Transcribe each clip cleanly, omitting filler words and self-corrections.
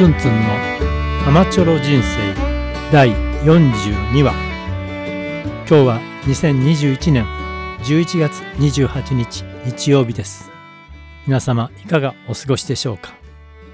ツンツンのアマチュロ人生第42話。今日は2021年11月28日日曜日です。皆様いかがお過ごしでしょうか。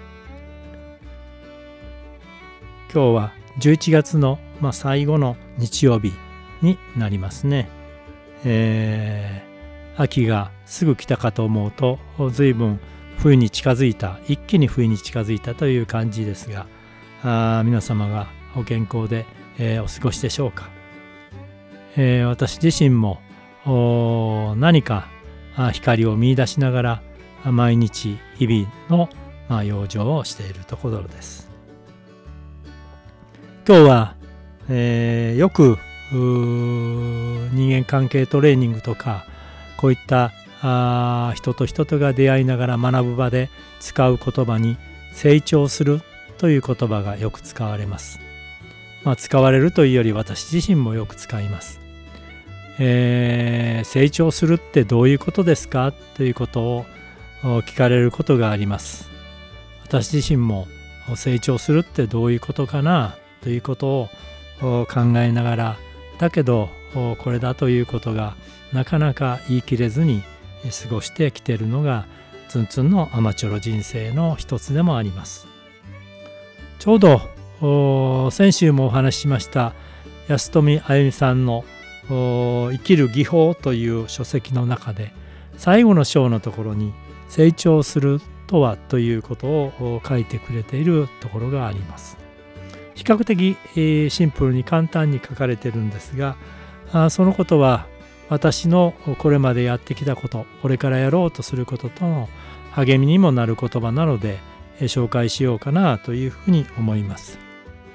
今日は11月の最後の日曜日になりますね。秋がすぐ来たかと思うと随分冬に近づいた、一気に冬に近づいたという感じですが、皆様がお健康で、お過ごしでしょうか。私自身も何か光を見出しながら毎日日々の養生をしているところです。今日は、よく人間関係トレーニングとかこういった人と人とが出会いながら学ぶ場で使う言葉に成長するという言葉がよく使われます。使われるというより私自身もよく使います。成長するってどういうことですかということを聞かれることがあります。私自身も成長するってどういうことかなということを考えながら、だけどこれだということがなかなか言い切れずに過ごしてきているのがツンツンのアマチュア人生の一つでもあります。ちょうど先週もお話ししました安富あゆみさんの生きる技法という書籍の中で最後の章のところに成長するとはということを書いてくれているところがあります。比較的シンプルに簡単に書かれているんですが、そのことは私のこれまでやってきたこと、これからやろうとすることとの励みにもなる言葉なので紹介しようかなというふうに思います。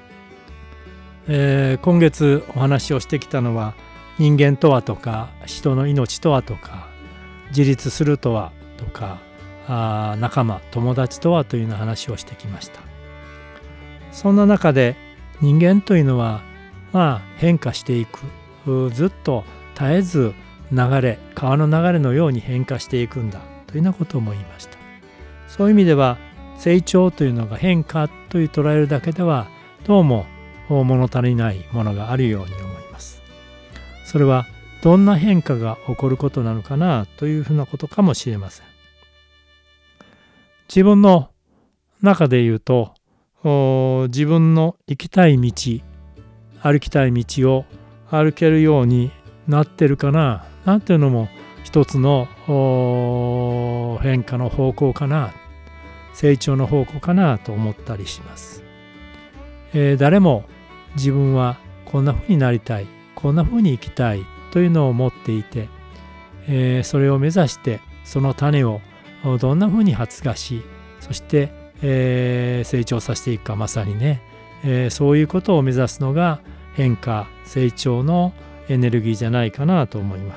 今月お話をしてきたのは人間とはとか人の命とはとか自立するとはとか仲間友達とはというような話をしてきました。そんな中で人間というのは変化していく、ずっと絶えず川の流れのように変化していくんだというようなことを思いました。そういう意味では成長というのが変化という捉えるだけではどうも物足りないものがあるように思います。それはどんな変化が起こることなのかなというふうなことかもしれません。自分の中で言うと自分の行きたい道、歩きたい道を歩けるようになってるかななんていうのも一つの変化の方向かな、成長の方向かなと思ったりします。誰も自分はこんな風になりたい、こんな風に生きたいというのを持っていて、それを目指してその種をどんな風に発芽し、そして成長させていくか、まさにね、そういうことを目指すのが変化成長のエネルギーじゃないかなと思います。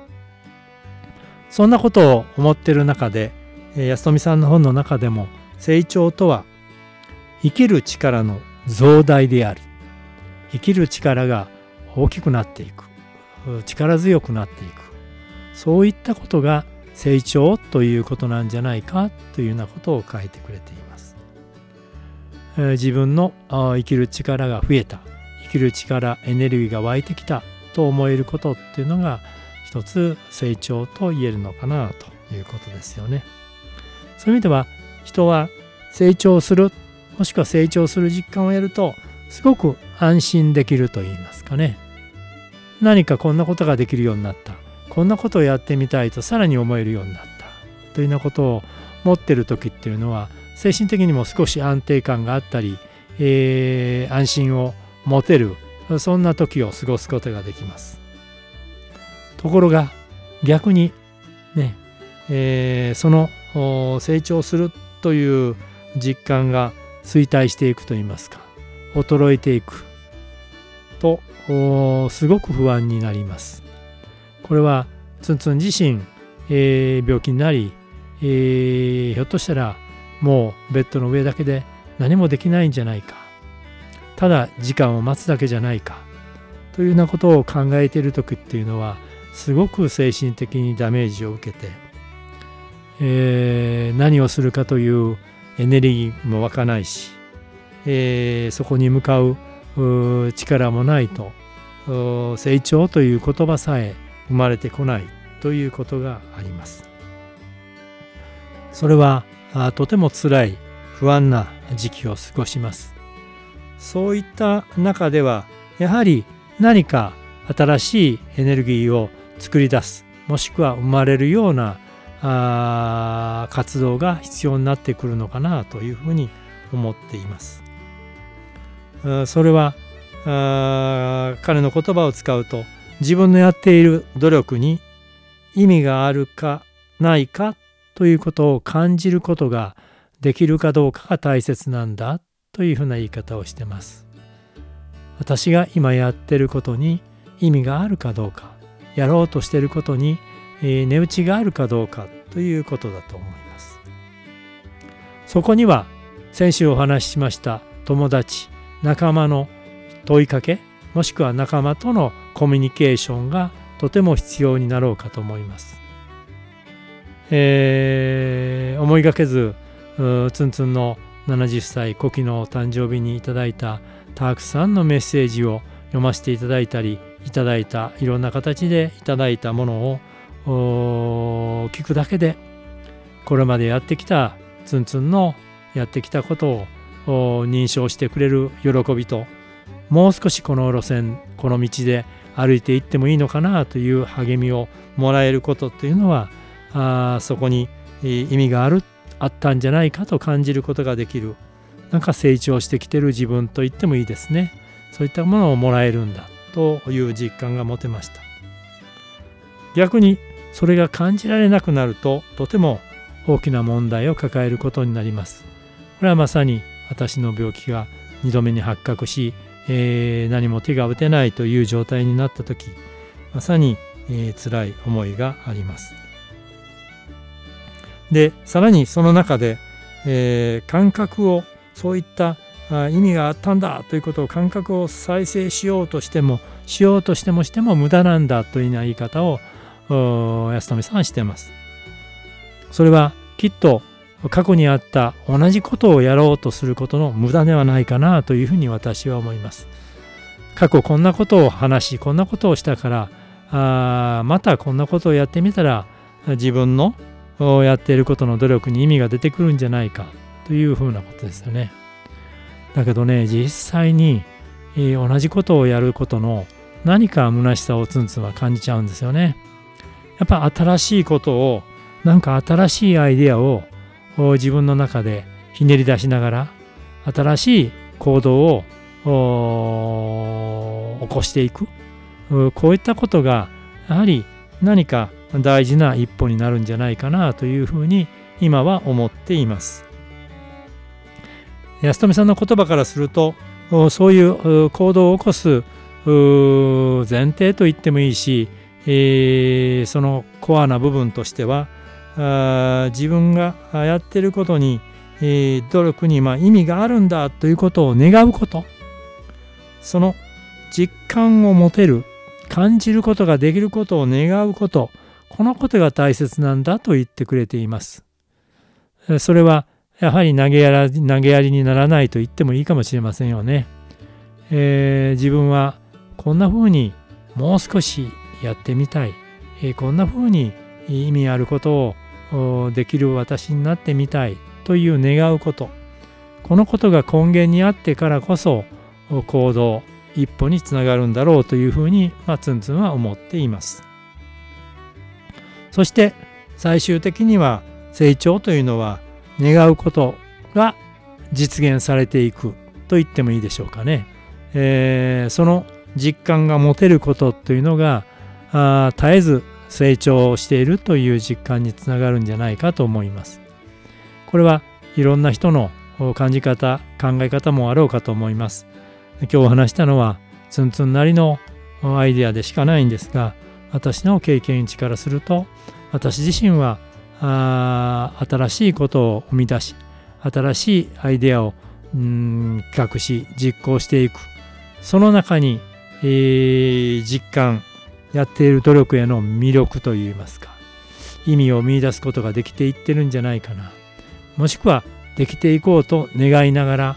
そんなことを思っている中で安富さんの本の中でも成長とは生きる力の増大である、生きる力が大きくなっていく、力強くなっていく、そういったことが成長ということなんじゃないかというようなことを書いてくれています。自分の生きる力が増えた、生きる力エネルギーが湧いてきたと思えることっていうのが一つ成長と言えるのかなということですよね。そういう意味では人は成長する、もしくは成長する実感をやるとすごく安心できると言いますかね。何かこんなことができるようになった、こんなことをやってみたいとさらに思えるようになったというようなことを持っている時っていうのは精神的にも少し安定感があったり、安心を持てる、そんな時を過ごすことができます。ところが逆にね、その成長するという実感が衰退していくといいますか、衰えていくとすごく不安になります。これはツンツン自身、病気になり、ひょっとしたらもうベッドの上だけで何もできないんじゃないか、ただ時間を待つだけじゃないかというようなことを考えている時っていうのはすごく精神的にダメージを受けて、何をするかというエネルギーも湧かないし、 そこに向かう力もないと成長という言葉さえ生まれてこないということがあります。それはとてもつらい不安な時期を過ごします。そういった中ではやはり何か新しいエネルギーを作り出す、もしくは生まれるような活動が必要になってくるのかなというふうに思っています。それは彼の言葉を使うと、自分のやっている努力に意味があるかないかということを感じることができるかどうかが大切なんだというふうな言い方をしています。私が今やっていることに意味があるかどうか、やろうとしていることに値打ちがあるかどうかということだと思います。そこには先週お話ししました友達、仲間の問いかけ、もしくは仲間とのコミュニケーションがとても必要になろうかと思います。思いがけずツンツンの70歳古希の誕生日にいただいたたくさんのメッセージを読ませていただいたり、いただいたいろんな形でいただいたものを聞くだけで、これまでやってきたツンツンのやってきたことを認証してくれる喜びと、もう少しこの路線、この道で歩いていってもいいのかなという励みをもらえることっていうのは、そこに意味があったんじゃないかと感じることができる、なんか成長してきてる自分と言ってもいいですね。そういったものをもらえるんだという実感が持てました。逆にそれが感じられなくなると、とても大きな問題を抱えることになります。これはまさに私の病気が2度目に発覚し、何も手が打てないという状態になった時、まさに、辛い思いがあります。で、さらにその中で、感覚を、そういった意味があったんだということを、感覚を再生しようとしても無駄なんだというような言い方を安富さんはしています。それはきっと過去にあった同じことをやろうとすることの無駄ではないかなというふうに私は思います。過去こんなことを話し、こんなことをしたから、またこんなことをやってみたら自分のやっていることの努力に意味が出てくるんじゃないかというふうなことですよね。だけどね、実際に同じことをやることの何か虚しさをツンツンは感じちゃうんですよね。やっぱ新しいことを、なんか新しいアイデアを自分の中でひねり出しながら新しい行動を起こしていく、こういったことがやはり何か大事な一歩になるんじゃないかなというふうに今は思っています。安富さんの言葉からすると、そういう行動を起こす前提と言ってもいいし、そのコアな部分としては、自分がやっていることに、努力に意味があるんだということを願うこと、その実感を持てる、感じることができることを願うこと、このことが大切なんだと言ってくれています。それはやはり投げやりにならないと言ってもいいかもしれませんよね。自分はこんな風にもう少しやってみたい、こんな風に意味あることをできる私になってみたいという願うこと、このことが根源にあってからこそ行動一歩につながるんだろうというふうに、ツンツンは思っています。そして最終的には成長というのは願うことが実現されていくと言ってもいいでしょうかね。その実感が持てることというのが絶えず成長しているという実感につながるんじゃないかと思います。これはいろんな人の感じ方、考え方もあろうかと思います。今日お話したのはツンツンなりのアイデアでしかないんですが、私の経験値からすると、私自身は新しいことを生み出し、新しいアイデアを企画し実行していく、その中に、実感、やっている努力への魅力といいますか、意味を見出すことができていってるんじゃないかな、もしくはできていこうと願いながら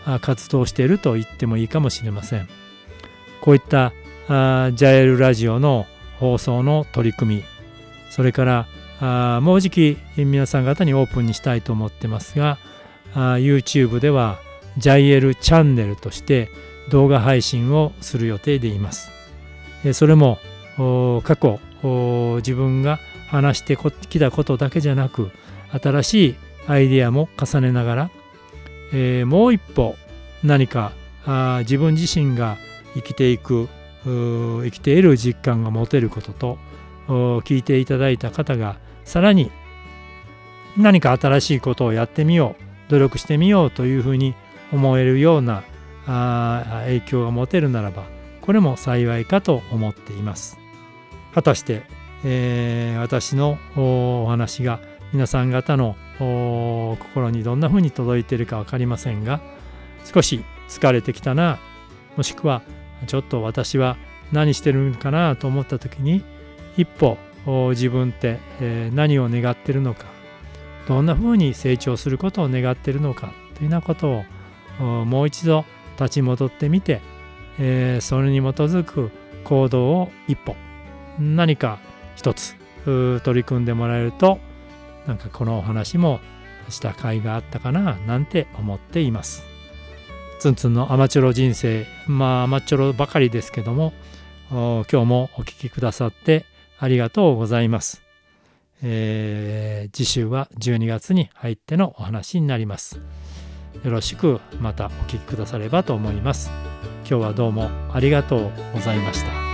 活動していると言ってもいいかもしれません。こういったジャエルラジオの放送の取り組み、それからもうじき皆さん方にオープンにしたいと思ってますが、YouTube ではジャイエルチャンネルとして動画配信をする予定でいます。それも過去自分が話してきたことだけじゃなく、新しいアイデアも重ねながら、もう一歩何か自分自身が生きている実感が持てることと、聞いていただいた方がさらに何か新しいことをやってみよう、努力してみようというふうに思えるような影響が持てるならば、これも幸いかと思っています。果たして、私のお話が皆さん方の心にどんなふうに届いているか分かりませんが、少し疲れてきたな、もしくはちょっと私は何してるんかなと思った時に、一歩自分って何を願っているのか、どんなふうに成長することを願っているのかというようなことをもう一度立ち戻ってみて、それに基づく行動を一歩何か一つ取り組んでもらえると、なんかこのお話もした甲斐があったかななんて思っています。ツンツンのアマチュロ人生、アマチュロばかりですけども、今日もお聞きくださってありがとうございます。次週は12月に入ってのお話になります。よろしくまたお聞きくださればと思います。今日はどうもありがとうございました。